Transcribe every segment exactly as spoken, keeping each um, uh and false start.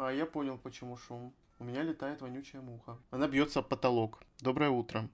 А, я понял, почему шум. У меня летает вонючая муха. Она бьется об потолок. Доброе утро.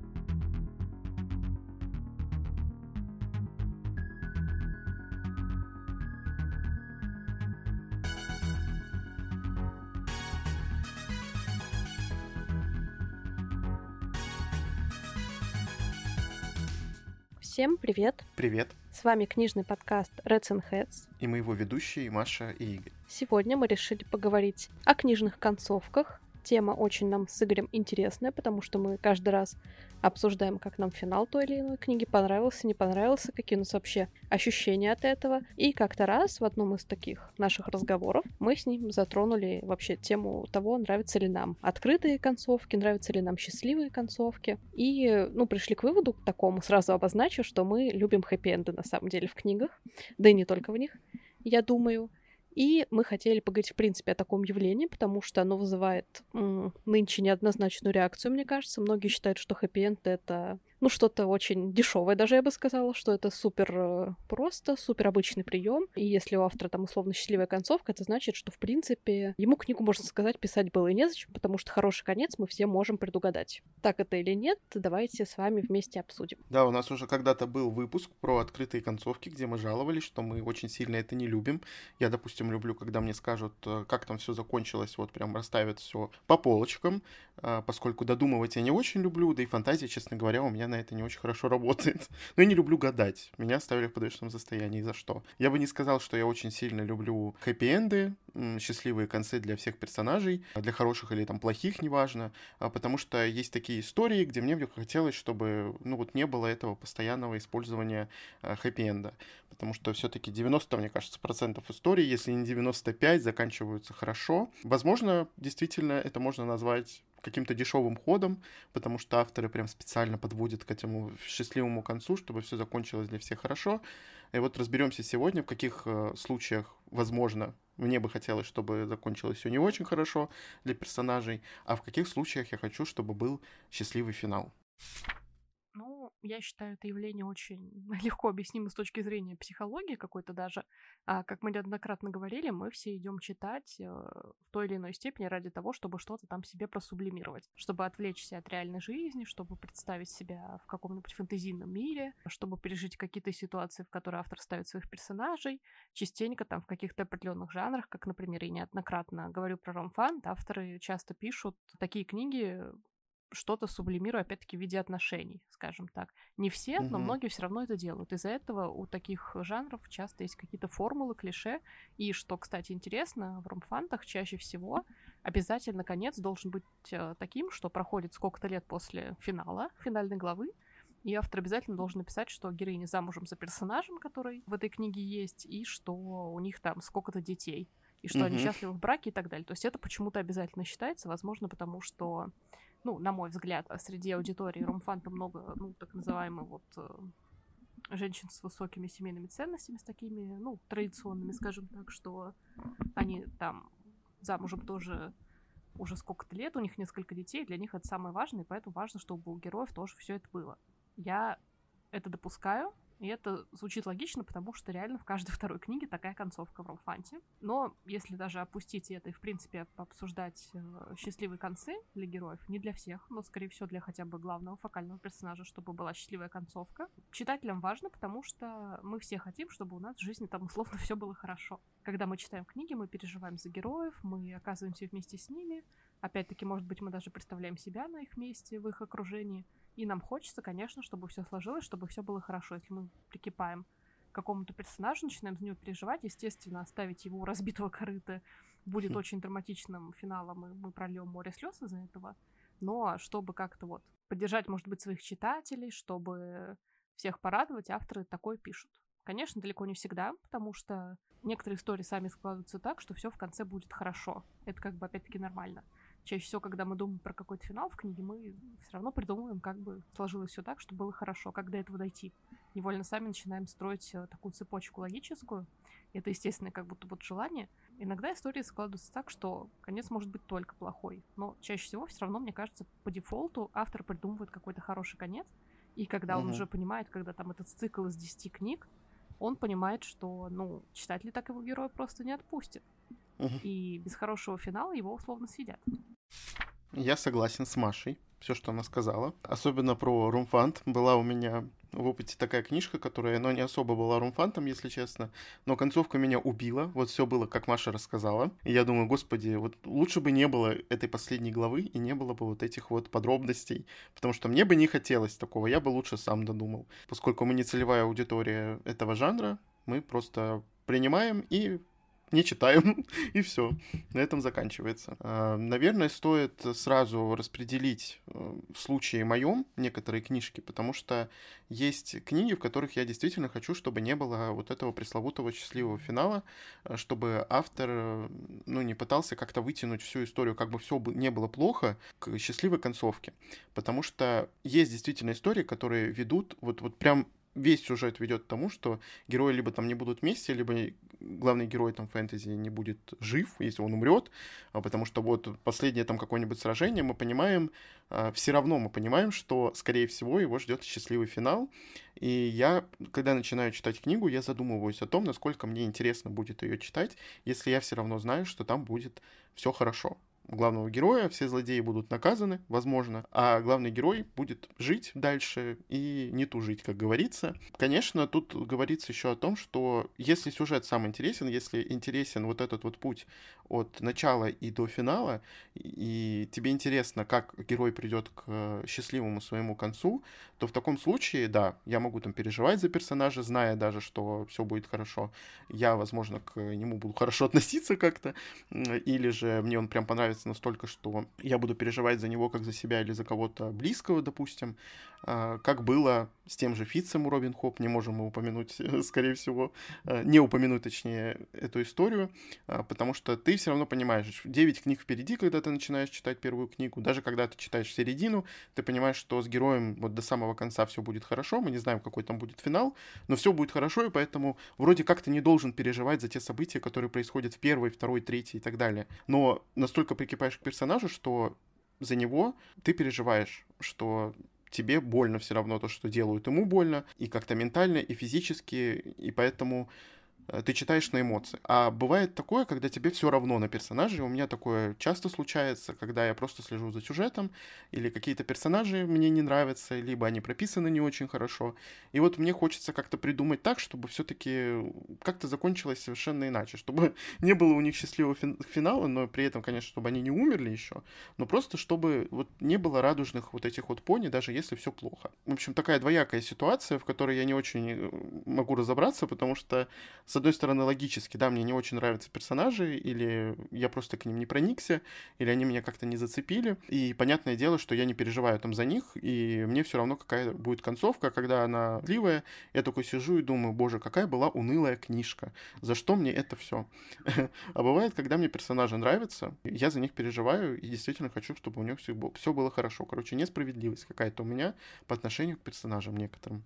Всем привет! Привет. С вами книжный подкаст Reds and Heads. И мы его ведущие Маша и Игорь. Сегодня мы решили поговорить о книжных концовках. Тема очень нам с Игорем интересная, потому что мы каждый раз обсуждаем, как нам финал той или иной книги понравился, не понравился, какие у нас вообще ощущения от этого. И как-то раз в одном из таких наших разговоров мы с ним затронули вообще тему того, нравятся ли нам открытые концовки, нравятся ли нам счастливые концовки. И, ну, пришли к выводу к такому, сразу обозначу, что мы любим хэппи-энды на самом деле в книгах, да и не только в них, я думаю. И мы хотели поговорить, в принципе, о таком явлении, потому что оно вызывает м, нынче неоднозначную реакцию, мне кажется. Многие считают, что хэппи-энд — это, ну, что-то очень дешевое, даже я бы сказала, что это супер э, просто, супер обычный прием. И если у автора там условно счастливая концовка, это значит, что, в принципе, ему книгу, можно сказать, писать было и незачем, потому что хороший конец мы все можем предугадать. Так это или нет, давайте с вами вместе обсудим. Да, у нас уже когда-то был выпуск про открытые концовки, где мы жаловались, что мы очень сильно это не любим. Я, допустим, люблю, когда мне скажут, как там все закончилось, вот прям расставят все по полочкам, поскольку додумывать я не очень люблю, да и фантазия, честно говоря, у меня на это не очень хорошо работает. Но я не люблю гадать. Меня оставили в подвешенном состоянии. За что? Я бы не сказал, что я очень сильно люблю хэппи-энды, счастливые концы для всех персонажей, для хороших или там плохих, неважно, потому что есть такие истории, где мне бы хотелось, чтобы, ну вот, не было этого постоянного использования хэппи-энда, потому что все-таки девяносто, мне кажется, процентов историй, если не девяносто пять, заканчиваются хорошо. Возможно, действительно, это можно назвать каким-то дешевым ходом, потому что авторы прям специально подводят к этому счастливому концу, чтобы все закончилось для всех хорошо. И вот разберемся сегодня, в каких э, случаях, возможно, мне бы хотелось, чтобы закончилось все не очень хорошо для персонажей, а в каких случаях я хочу, чтобы был счастливый финал. Ну, я считаю, это явление очень легко объяснимо с точки зрения психологии какой-то даже. А, как мы неоднократно говорили, мы все идем читать э, в той или иной степени ради того, чтобы что-то там себе просублимировать, чтобы отвлечься от реальной жизни, чтобы представить себя в каком-нибудь фэнтезийном мире, чтобы пережить какие-то ситуации, в которые автор ставит своих персонажей. Частенько там в каких-то определенных жанрах, как, например, я неоднократно говорю про ромфант, авторы часто пишут такие книги, что-то сублимируя, опять-таки, в виде отношений, скажем так. Не все, но Мгм. многие все равно это делают. Из-за этого у таких жанров часто есть какие-то формулы, клише. И, что, кстати, интересно, в ромфантах чаще всего обязательно конец должен быть э, таким, что проходит сколько-то лет после финала, финальной главы, и автор обязательно должен написать, что героиня замужем за персонажем, который в этой книге есть, и что у них там сколько-то детей, и что они Мгм. счастливы в браке и так далее. То есть это почему-то обязательно считается, возможно, потому что, ну, на мой взгляд, среди аудитории ромфанта много, ну, так называемых вот э, женщин с высокими семейными ценностями, с такими, ну, традиционными, скажем так, что они там замужем тоже уже сколько-то лет, у них несколько детей, для них это самое важное, и поэтому важно, чтобы у героев тоже все это было. Я это допускаю, и это звучит логично, потому что реально в каждой второй книге такая концовка в ромфанте. Но если даже опустить это и, в принципе, обсуждать э, счастливые концы для героев, не для всех, но, скорее всего, для хотя бы главного фокального персонажа, чтобы была счастливая концовка, читателям важно, потому что мы все хотим, чтобы у нас в жизни там условно все было хорошо. Когда мы читаем книги, мы переживаем за героев, мы оказываемся вместе с ними. Опять-таки, может быть, мы даже представляем себя на их месте, в их окружении. И нам хочется, конечно, чтобы все сложилось, чтобы все было хорошо. Если мы прикипаем к какому-то персонажу, начинаем за него переживать, естественно, оставить его у разбитого корыта будет очень драматичным финалом, и мы прольем море слез из-за этого. Но чтобы как-то вот поддержать, может быть, своих читателей, чтобы всех порадовать, авторы такое пишут. Конечно, далеко не всегда, потому что некоторые истории сами складываются так, что все в конце будет хорошо. Это как бы опять-таки нормально. Чаще всего, когда мы думаем про какой-то финал в книге, мы все равно придумываем, как бы сложилось все так, чтобы было хорошо, как до этого дойти. Невольно сами начинаем строить такую цепочку логическую. Это естественное как будто вот желание. Иногда истории складываются так, что конец может быть только плохой. Но чаще всего все равно, мне кажется, по дефолту автор придумывает какой-то хороший конец. И когда он Мгм. уже понимает, когда там этот цикл из десяти книг, он понимает, что, ну, читатель так его героя просто не отпустит. и без хорошего финала его условно съедят. Я согласен с Машей, все, что она сказала. Особенно про румфант. Была у меня в опыте такая книжка, которая, ну, не особо была румфантом, если честно, но концовка меня убила. Вот все было, как Маша рассказала. И я думаю, господи, вот лучше бы не было этой последней главы и не было бы вот этих вот подробностей, потому что мне бы не хотелось такого, я бы лучше сам додумал. Поскольку мы не целевая аудитория этого жанра, мы просто принимаем и не читаем, и все. На этом заканчивается. Наверное, стоит сразу распределить в случае моем некоторые книжки, потому что есть книги, в которых я действительно хочу, чтобы не было вот этого пресловутого счастливого финала, чтобы автор, ну, не пытался как-то вытянуть всю историю, как бы все не было плохо, к счастливой концовке. Потому что есть действительно истории, которые ведут вот, вот прям весь сюжет ведет к тому, что герои либо там не будут вместе, либо главный герой там фэнтези не будет жив, если он умрет, потому что вот последнее там какое-нибудь сражение, мы понимаем, все равно мы понимаем, что, скорее всего, его ждет счастливый финал. И я, когда начинаю читать книгу, я задумываюсь о том, насколько мне интересно будет ее читать, если я все равно знаю, что там будет все хорошо. У главного героя все злодеи будут наказаны, возможно, а главный герой будет жить дальше и не тужить, как говорится. Конечно, тут говорится еще о том, что если сюжет сам интересен, если интересен вот этот вот путь от начала и до финала, и тебе интересно, как герой придет к счастливому своему концу, то в таком случае, да, я могу там переживать за персонажа, зная даже, что все будет хорошо. Я, возможно, к нему буду хорошо относиться как-то, или же мне он прям понравится настолько, что я буду переживать за него как за себя или за кого-то близкого, допустим, как было с тем же Фитцем у Робин Хоп, не можем мы упомянуть, скорее всего, не упомянуть, точнее, эту историю, потому что ты все равно понимаешь, девять книг впереди, когда ты начинаешь читать первую книгу, даже когда ты читаешь середину, ты понимаешь, что с героем вот до самого конца все будет хорошо, мы не знаем, какой там будет финал, но все будет хорошо, и поэтому вроде как ты не должен переживать за те события, которые происходят в первой, второй, третьей и так далее, но настолько прикипаешь к персонажу, что за него ты переживаешь, что тебе больно все равно то, что делают ему больно, и как-то ментально, и физически, и поэтому ты читаешь на эмоции. А бывает такое, когда тебе все равно на персонажей. У меня такое часто случается, когда я просто слежу за сюжетом, или какие-то персонажи мне не нравятся, либо они прописаны не очень хорошо. И вот мне хочется как-то придумать так, чтобы все-таки как-то закончилось совершенно иначе, чтобы не было у них счастливого финала, но при этом, конечно, чтобы они не умерли еще, но просто чтобы вот не было радужных вот этих вот пони, даже если все плохо. В общем, такая двоякая ситуация, в которой я не очень могу разобраться, потому что с одной стороны, логически, да, мне не очень нравятся персонажи, или я просто к ним не проникся, или они меня как-то не зацепили, и понятное дело, что я не переживаю там за них, и мне все равно какая будет концовка, когда она ливая, я такой сижу и думаю, боже, какая была унылая книжка, за что мне это все? А бывает, когда мне персонажи нравятся, я за них переживаю, и действительно хочу, чтобы у них все было хорошо. Короче, несправедливость какая-то у меня по отношению к персонажам некоторым.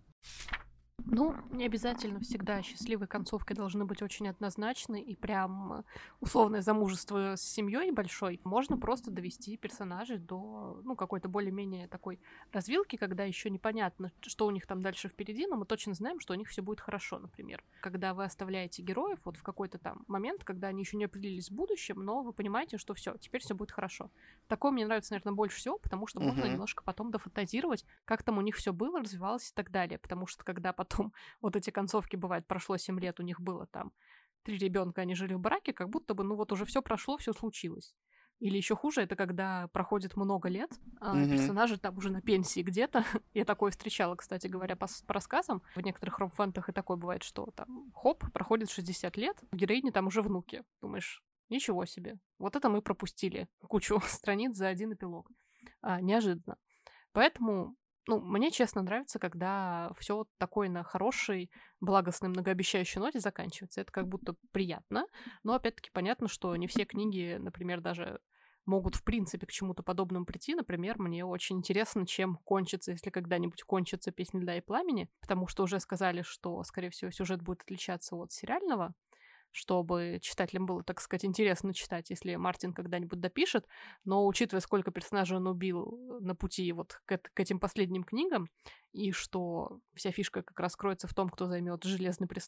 Ну, не обязательно всегда счастливой концовкой должны быть очень однозначны, и прям условное замужество с семьей большой можно просто довести персонажей до, ну, какой-то более-менее такой развилки, когда еще непонятно, что у них там дальше впереди, но мы точно знаем, что у них все будет хорошо, например. Когда вы оставляете героев вот в какой-то там момент, когда они еще не определились с будущим, но вы понимаете, что все, теперь все будет хорошо. Такое мне нравится, наверное, больше всего, потому что можно uh-huh. немножко потом дофантазировать, как там у них все было, развивалось и так далее, потому что когда потом Потом вот эти концовки, бывает, прошло семь лет, у них было там три ребенка, они жили в браке, как будто бы, ну вот уже все прошло, все случилось. Или еще хуже, это когда проходит много лет, а mm-hmm. персонажи там уже на пенсии где-то. Я такое встречала, кстати говоря, по, по рассказам. В некоторых ромфантах и такое бывает, что там, хоп, проходит шестьдесят лет, у героини там уже внуки. Думаешь, ничего себе. Вот это мы пропустили кучу страниц за один эпилог. А, неожиданно. Поэтому... Ну, мне, честно, нравится, когда все такое на хорошей, благостной, многообещающей ноте заканчивается. Это как будто приятно. Но, опять-таки, понятно, что не все книги, например, даже могут, в принципе, к чему-то подобному прийти. Например, мне очень интересно, чем кончится, если когда-нибудь кончится «Песнь льда и пламени», потому что уже сказали, что, скорее всего, сюжет будет отличаться от сериального, чтобы читателям было, так сказать, интересно читать, если Мартин когда-нибудь допишет. Но учитывая, сколько персонажей он убил на пути вот к, к этим последним книгам, и что вся фишка как раз кроется в том, кто займет Железный престол,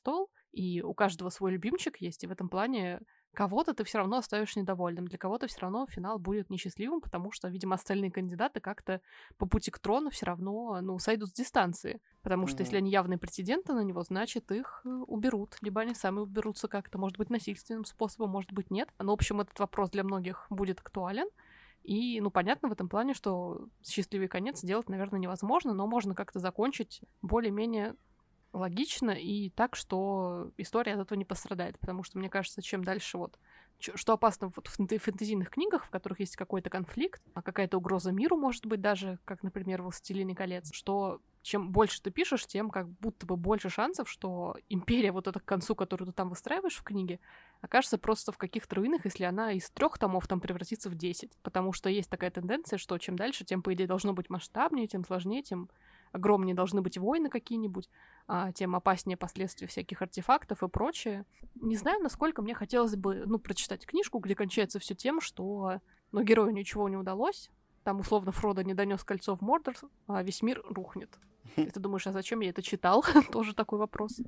и у каждого свой любимчик есть, и в этом плане кого-то ты все равно оставишь недовольным, для кого-то все равно финал будет несчастливым, потому что, видимо, остальные кандидаты как-то по пути к трону все равно, ну, сойдут с дистанции. Потому что если Мгм. они явные претенденты на него, значит, их э, уберут. Либо они сами уберутся как-то, может быть, насильственным способом, может быть, нет. Но, в общем, этот вопрос для многих будет актуален. И, ну, понятно в этом плане, что счастливый конец сделать, наверное, невозможно, но можно как-то закончить более-менее логично и так, что история от этого не пострадает, потому что, мне кажется, чем дальше вот... чё- Что опасно вот в фэнт- фэнтезийных книгах, в которых есть какой-то конфликт, а какая-то угроза миру, может быть, даже, как, например, «Властелине колец», что чем больше ты пишешь, тем как будто бы больше шансов, что империя вот эта к концу, которую ты там выстраиваешь в книге, окажется просто в каких-то руинах, если она из трех томов там превратится в десять. Потому что есть такая тенденция, что чем дальше, тем, по идее, должно быть масштабнее, тем сложнее, тем огромнее должны быть войны какие-нибудь, а, тем опаснее последствия всяких артефактов и прочее. Не знаю, насколько мне хотелось бы, ну, прочитать книжку, где кончается все тем, что, ну, герою ничего не удалось, там, условно, Фродо не донес кольцо в Мордор, а весь мир рухнет. И ты думаешь, а зачем я это читал? Тоже такой вопрос.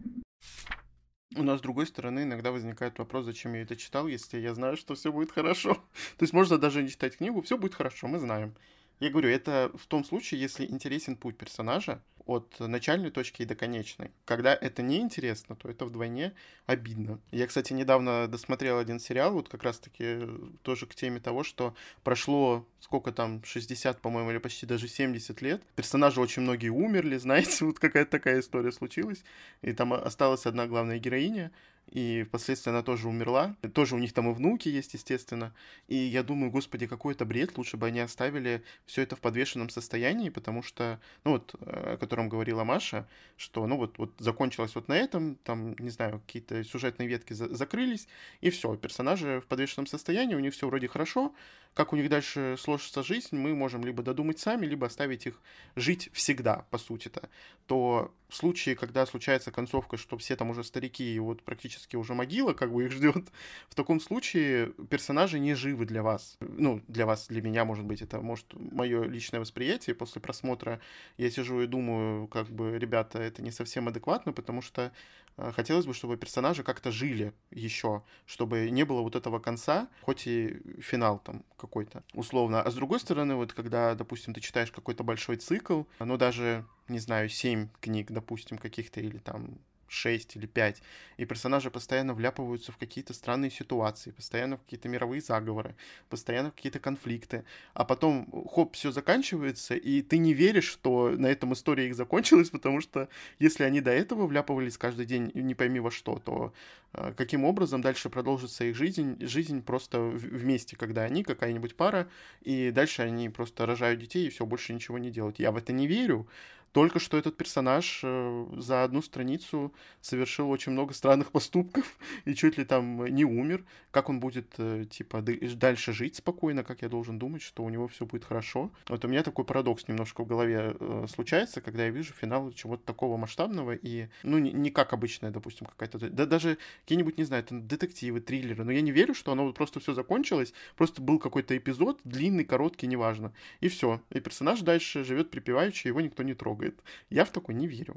У нас, с другой стороны, иногда возникает вопрос, зачем я это читал, если я знаю, что все будет хорошо. То есть можно даже не читать книгу, все будет хорошо, мы знаем. Я говорю, это в том случае, если интересен путь персонажа от начальной точки и до конечной. Когда это не интересно, то это вдвойне обидно. Я, кстати, недавно досмотрел один сериал, вот как раз-таки э, тоже к теме того, что прошло сколько там, шестьдесят, по-моему, или почти даже семьдесят лет. Персонажи очень многие умерли, знаете, вот какая-то такая история случилась. И там осталась одна главная героиня, и впоследствии она тоже умерла. Тоже у них там и внуки есть, естественно. И я думаю, господи, какой это бред, лучше бы они оставили все это в подвешенном состоянии, потому что, ну вот, э, о котором говорила Маша, что, ну вот, вот закончилось вот на этом, там, не знаю, какие-то сюжетные ветки за- закрылись, и все, персонажи в подвешенном состоянии, у них все вроде хорошо, как у них дальше сложится жизнь, мы можем либо додумать сами, либо оставить их жить всегда, по сути-то. То в случае, когда случается концовка, что все там уже старики, и вот практически уже могила как бы их ждет, в таком случае персонажи не живы для вас. Ну, для вас, для меня, может быть, это может мое личное восприятие. После просмотра я сижу и думаю, как бы, ребята, это не совсем адекватно, потому что э, хотелось бы, чтобы персонажи как-то жили еще, чтобы не было вот этого конца, хоть и финал там какой-то, условно. А с другой стороны, вот когда, допустим, ты читаешь какой-то большой цикл, ну, даже, не знаю, семь книг, допустим, каких-то, или там шесть или пять, и персонажи постоянно вляпываются в какие-то странные ситуации, постоянно в какие-то мировые заговоры, постоянно в какие-то конфликты, а потом, хоп, все заканчивается, и ты не веришь, что на этом история их закончилась, потому что если они до этого вляпывались каждый день, не пойми во что, то э, каким образом дальше продолжится их жизнь, жизнь просто в- вместе, когда они, какая-нибудь пара, и дальше они просто рожают детей и все, больше ничего не делают. Я в это не верю, только что этот персонаж э, за одну страницу совершил очень много странных поступков и чуть ли там не умер. Как он будет, э, типа, ды- дальше жить спокойно, как я должен думать, что у него все будет хорошо. Вот у меня такой парадокс немножко в голове э, случается, когда я вижу финал чего-то такого масштабного и, ну, не, не как обычная, допустим, какая-то... Да даже какие-нибудь, не знаю, там, детективы, триллеры, но я не верю, что оно вот просто все закончилось, просто был какой-то эпизод, длинный, короткий, неважно. И все. И персонаж дальше живет припеваючи, его никто не трогает. Я в такой не верю.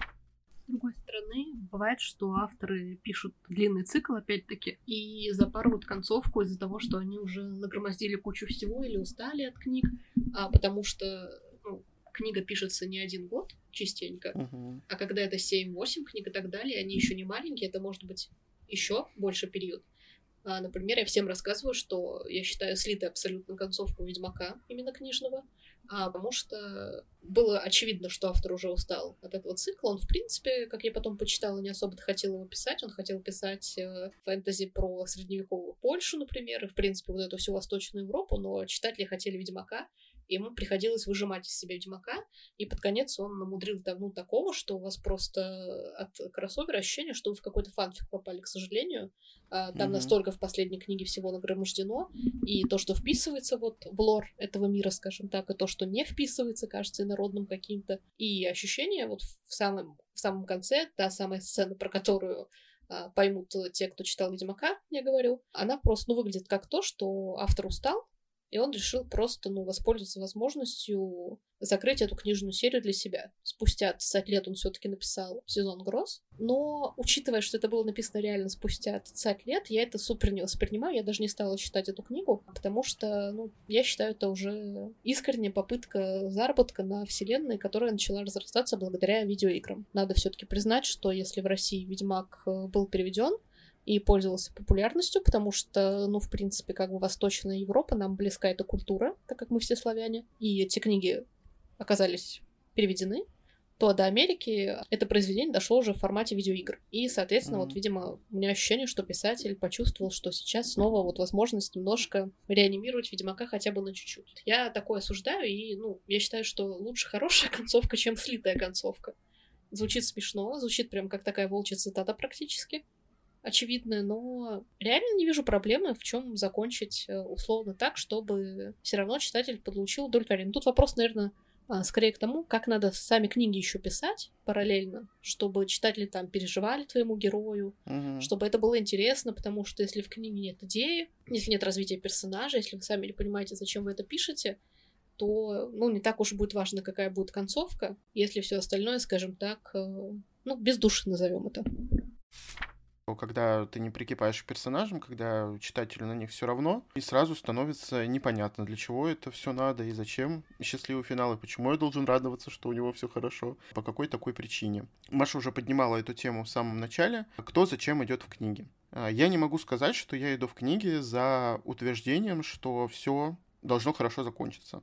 С другой стороны, бывает, что авторы пишут длинный цикл, опять-таки, и запарывают концовку из-за того, что они уже нагромоздили кучу всего или устали от книг, а потому что ну, книга пишется не один год частенько, Угу. а когда это семь-восемь книг и так далее, они еще не маленькие, это может быть еще больше период. А, например, я всем рассказываю, что я считаю слитой абсолютно концовку Ведьмака, именно книжного, а, потому что было очевидно, что автор уже устал от этого цикла. Он, в принципе, как я потом почитала, не особо хотел его писать. Он хотел писать э, фэнтези про средневековую Польшу, например, и, в принципе, вот эту всю Восточную Европу, но читатели хотели Ведьмака, и ему приходилось выжимать из себя Ведьмака, и под конец он намудрил давно такого, что у вас просто от кроссовера ощущение, что вы в какой-то фанфик попали, к сожалению. А, там Угу. настолько в последней книге всего нагромождено, и то, что вписывается вот в лор этого мира, скажем так, и то, что не вписывается, кажется инородным каким-то. И ощущение вот в самом, в самом конце, та самая сцена, про которую а, поймут те, кто читал Ведьмака, я говорю, она просто ну, выглядит как то, что автор устал, и он решил просто, ну, воспользоваться возможностью закрыть эту книжную серию для себя. Спустя тридцать лет он все-таки написал «Сезон гроз», но, учитывая, что это было написано реально спустя тридцать лет, я это супер не воспринимаю, я даже не стала читать эту книгу, потому что, ну, я считаю, это уже искренняя попытка заработка на вселенной, которая начала разрастаться благодаря видеоиграм. Надо все-таки признать, что если в России «Ведьмак» был переведен и пользовался популярностью, потому что, ну, в принципе, как бы Восточная Европа, нам близка эта культура, так как мы все славяне, и эти книги оказались переведены, то до Америки это произведение дошло уже в формате видеоигр. И, соответственно, mm-hmm. вот, видимо, у меня ощущение, что писатель почувствовал, что сейчас снова вот возможность немножко реанимировать Ведьмака хотя бы на чуть-чуть. Я такое осуждаю, и, ну, я считаю, что лучше хорошая концовка, чем слитая концовка. Звучит смешно, звучит прям как такая волчья цитата практически. Очевидно, но реально не вижу проблемы, в чем закончить условно так, чтобы все равно читатель получил удовлетворение. Тут вопрос, наверное, скорее к тому, как надо сами книги еще писать параллельно, чтобы читатели там переживали твоему герою, mm-hmm. чтобы это было интересно, потому что если в книге нет идеи, если нет развития персонажа, если вы сами не понимаете, зачем вы это пишете, то, ну, не так уж будет важно, какая будет концовка, если все остальное, скажем так, ну, без души назовем это. Когда ты не прикипаешь к персонажам, когда читателю на них все равно, и сразу становится непонятно, для чего это все надо и зачем счастливый финал, и почему я должен радоваться, что у него все хорошо, по какой такой причине. Маша уже поднимала эту тему в самом начале. Кто зачем идет в книги? Я не могу сказать, что я иду в книги за утверждением, что все должно хорошо закончиться.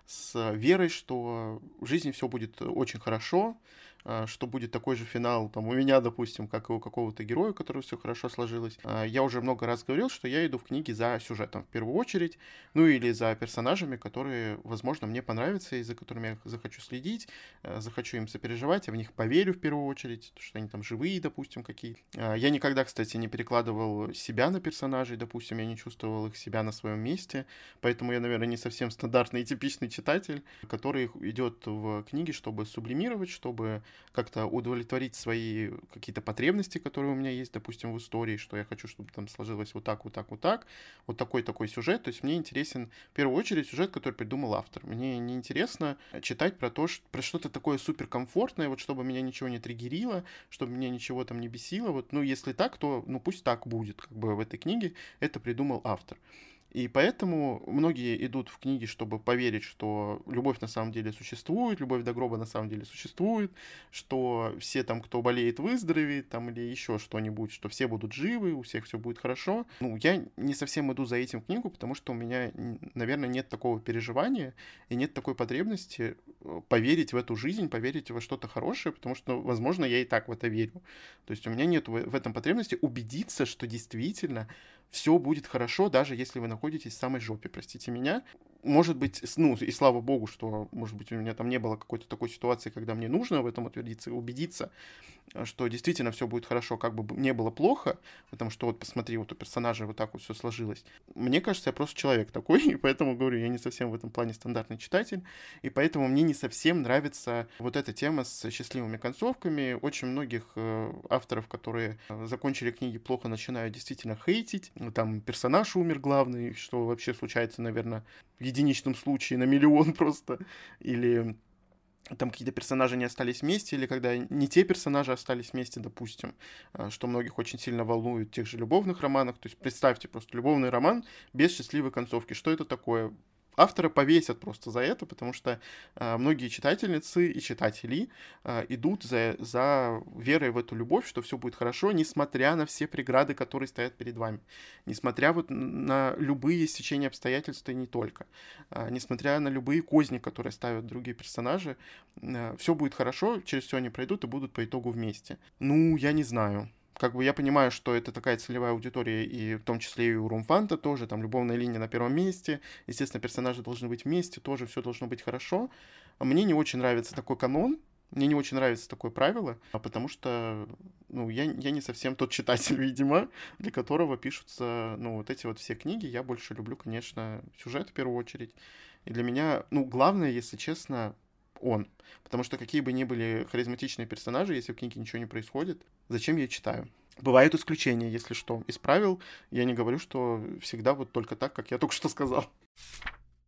С верой, что в жизни все будет очень хорошо, что будет такой же финал там, у меня, допустим, как и у какого-то героя, у которого все хорошо сложилось. Я уже много раз говорил, что я иду в книги за сюжетом в первую очередь, ну или за персонажами, которые, возможно, мне понравятся и за которыми я захочу следить, захочу им сопереживать, я в них поверю в первую очередь, что они там живые, допустим, какие-то. Я никогда, кстати, не перекладывал себя на персонажей, допустим, я не чувствовал их себя на своем месте, поэтому я, наверное, не совсем стандартный и типичный читатель, который идет в книги, чтобы сублимировать, чтобы как-то удовлетворить свои какие-то потребности, которые у меня есть, допустим, в истории, что я хочу, чтобы там сложилось вот так, вот так, вот так, вот такой-такой сюжет. То есть мне интересен в первую очередь сюжет, который придумал автор. Мне не интересно читать про то, что, про что-то такое суперкомфортное, вот чтобы меня ничего не триггерило, чтобы меня ничего там не бесило. Вот, ну, если так, то, ну, пусть так будет, как бы в этой книге это придумал автор. И поэтому многие идут в книги, чтобы поверить, что любовь на самом деле существует, любовь до гроба на самом деле существует, что все там, кто болеет, выздоровеет, там, или еще что-нибудь, что все будут живы, у всех все будет хорошо. Ну, я не совсем иду за этим в книгу, потому что у меня, наверное, нет такого переживания и нет такой потребности поверить в эту жизнь, поверить во что-то хорошее, потому что, возможно, я и так в это верю. То есть у меня нет в этом потребности убедиться, что действительно все будет хорошо, даже если вы находитесь в самой жопе, простите меня. Может быть, ну, и слава богу, что, может быть, у меня там не было какой-то такой ситуации, когда мне нужно в этом утвердиться и убедиться, что действительно все будет хорошо, как бы не было плохо, потому что вот посмотри, вот у персонажа вот так вот все сложилось. Мне кажется, я просто человек такой, и поэтому, говорю, я не совсем в этом плане стандартный читатель, и поэтому мне не совсем нравится вот эта тема с счастливыми концовками. Очень многих э, авторов, которые закончили книги плохо, начинают действительно хейтить. Там персонаж умер главный, что вообще случается, наверное, в единичном случае на миллион просто, или там какие-то персонажи не остались вместе, или когда не те персонажи остались вместе, допустим, что многих очень сильно волнует в тех же любовных романах. То есть представьте просто любовный роман без счастливой концовки. Что это такое? Автора повесят просто за это, потому что э, многие читательницы и читатели э, идут за, за верой в эту любовь, что все будет хорошо, несмотря на все преграды, которые стоят перед вами, несмотря вот на любые стечения обстоятельств и не только, э, несмотря на любые козни, которые ставят другие персонажи, э, все будет хорошо, через все они пройдут и будут по итогу вместе. Ну, я не знаю. Как бы я понимаю, что это такая целевая аудитория, и в том числе и у Румфанта тоже, там любовная линия на первом месте, естественно, персонажи должны быть вместе, тоже все должно быть хорошо. Мне не очень нравится такой канон, мне не очень нравится такое правило, потому что, ну, я, я не совсем тот читатель, видимо, для которого пишутся, ну, вот эти вот все книги. Я больше люблю, конечно, сюжет в первую очередь. И для меня, ну, главное, если честно, он. Потому что какие бы ни были харизматичные персонажи, если в книге ничего не происходит, зачем я читаю? Бывают исключения, если что. Из правил я не говорю, что всегда вот только так, как я только что сказал.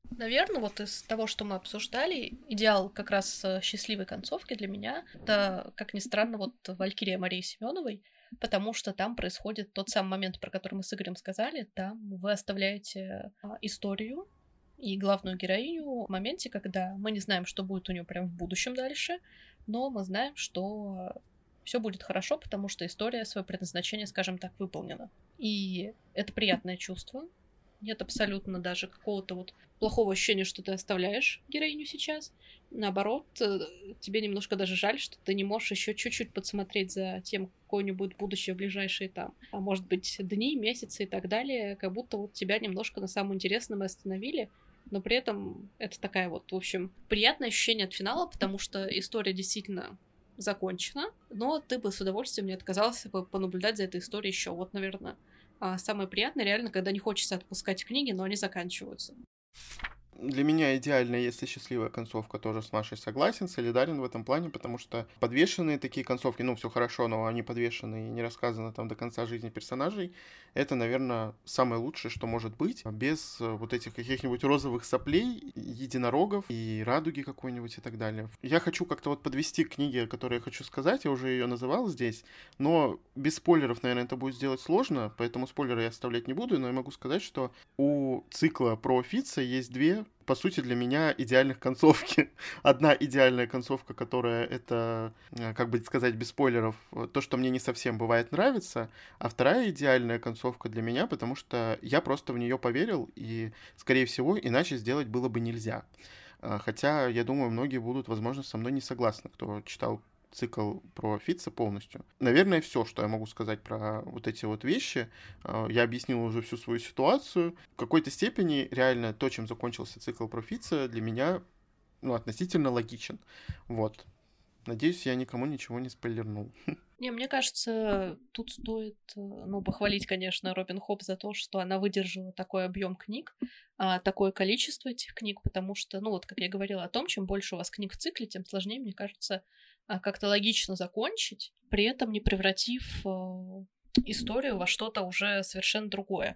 Наверное, вот из того, что мы обсуждали, идеал как раз счастливой концовки для меня — это, как ни странно, вот «Валькирия» Марии Семеновой, потому что там происходит тот самый момент, про который мы с Игорем сказали. Там вы оставляете историю и главную героиню в моменте, когда мы не знаем, что будет у нее прям в будущем дальше, но мы знаем, что все будет хорошо, потому что история свое предназначение, скажем так, выполнена. И это приятное чувство. Нет абсолютно даже какого-то вот плохого ощущения, что ты оставляешь героиню сейчас. Наоборот, тебе немножко даже жаль, что ты не можешь еще чуть-чуть подсмотреть за тем, какое-нибудь будущее ближайшее там, а может быть, дни, месяцы и так далее, как будто вот тебя немножко на самом интересном остановили, но при этом это такая вот, в общем, приятное ощущение от финала, потому что история действительно закончена, но ты бы с удовольствием не отказался бы понаблюдать за этой историей еще. Вот, наверное, самое приятное реально, когда не хочется отпускать книги, но они заканчиваются. Для меня идеально, если счастливая концовка, тоже с Машей согласен, солидарен в этом плане, потому что подвешенные такие концовки, ну, все хорошо, но они подвешены и не рассказано там до конца жизни персонажей, это, наверное, самое лучшее, что может быть, без вот этих каких-нибудь розовых соплей, единорогов и радуги какой-нибудь и так далее. Я хочу как-то вот подвести к книге, которую я хочу сказать, я уже ее называл здесь, но без спойлеров, наверное, это будет сделать сложно, поэтому спойлеры я оставлять не буду, но я могу сказать, что у цикла про Фитца есть две, по сути, для меня идеальных концовки. Одна идеальная концовка, которая это, как бы сказать, без спойлеров, то, что мне не совсем бывает нравится, а вторая идеальная концовка для меня, потому что я просто в нее поверил, и, скорее всего, иначе сделать было бы нельзя. Хотя, я думаю, многие будут, возможно, со мной не согласны, кто читал цикл про Фитца полностью. Наверное, все, что я могу сказать про вот эти вот вещи. Я объяснил уже всю свою ситуацию. В какой-то степени реально то, чем закончился цикл про Фитца, для меня, ну, относительно логичен. Вот. Надеюсь, я никому ничего не спойлернул. Не, мне кажется, тут стоит, ну, похвалить, конечно, Робин Хоп за то, что она выдержала такой объем книг, такое количество этих книг, потому что, ну, вот как я говорила о том, чем больше у вас книг в цикле, тем сложнее, мне кажется, как-то логично закончить, при этом не превратив историю во что-то уже совершенно другое.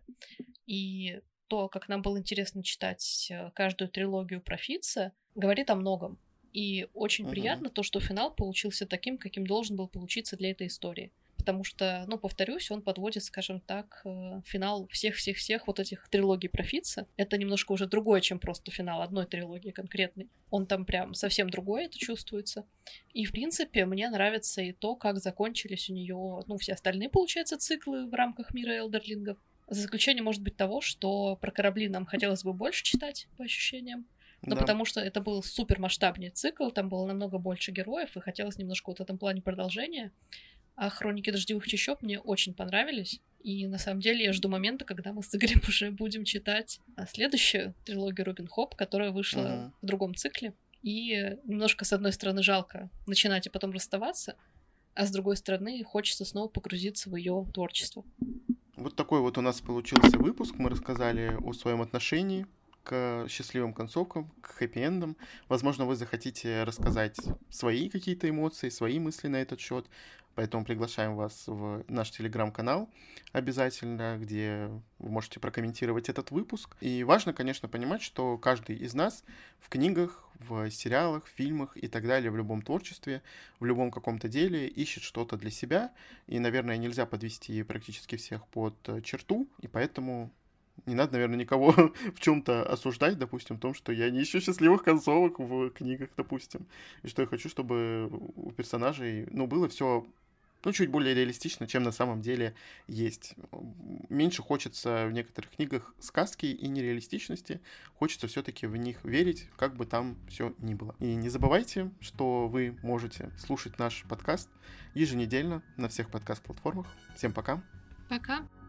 И то, как нам было интересно читать каждую трилогию про Фитца, говорит о многом. И очень uh-huh. приятно то, что финал получился таким, каким должен был получиться для этой истории. Потому что, ну, повторюсь, он подводит, скажем так, финал всех-всех-всех вот этих трилогий про Фитца. Это немножко уже другое, чем просто финал одной трилогии конкретной. Он там прям совсем другой, это чувствуется. И, в принципе, мне нравится и то, как закончились у нее, ну, все остальные, получается, циклы в рамках мира элдерлингов. За исключением, может быть, того, что про корабли нам хотелось бы больше читать, по ощущениям. Ну, да. Потому что это был супермасштабный цикл, там было намного больше героев, и хотелось немножко вот в этом плане продолжения. А «Хроники дождевых чащоб» мне очень понравились, и на самом деле я жду момента, когда мы с Игорем уже будем читать следующую трилогию Робин Хоп, которая вышла uh-huh. в другом цикле. И немножко, с одной стороны, жалко начинать и потом расставаться, а с другой стороны, хочется снова погрузиться в ее творчество. Вот такой вот у нас получился выпуск. Мы рассказали о своем отношении к счастливым концовкам, к хэппи-эндам. Возможно, вы захотите рассказать свои какие-то эмоции, свои мысли на этот счет. Поэтому приглашаем вас в наш телеграм-канал обязательно, где вы можете прокомментировать этот выпуск. И важно, конечно, понимать, что каждый из нас в книгах, в сериалах, фильмах и так далее, в любом творчестве, в любом каком-то деле ищет что-то для себя. И, наверное, нельзя подвести практически всех под черту. И поэтому не надо, наверное, никого в чем-то осуждать, допустим, в том, что я не ищу счастливых концовок в книгах, допустим. И что я хочу, чтобы у персонажей, ну, было все, ну, чуть более реалистично, чем на самом деле есть. Меньше хочется в некоторых книгах сказки и нереалистичности. Хочется все-таки в них верить, как бы там все ни было. И не забывайте, что вы можете слушать наш подкаст еженедельно на всех подкаст-платформах. Всем пока. Пока.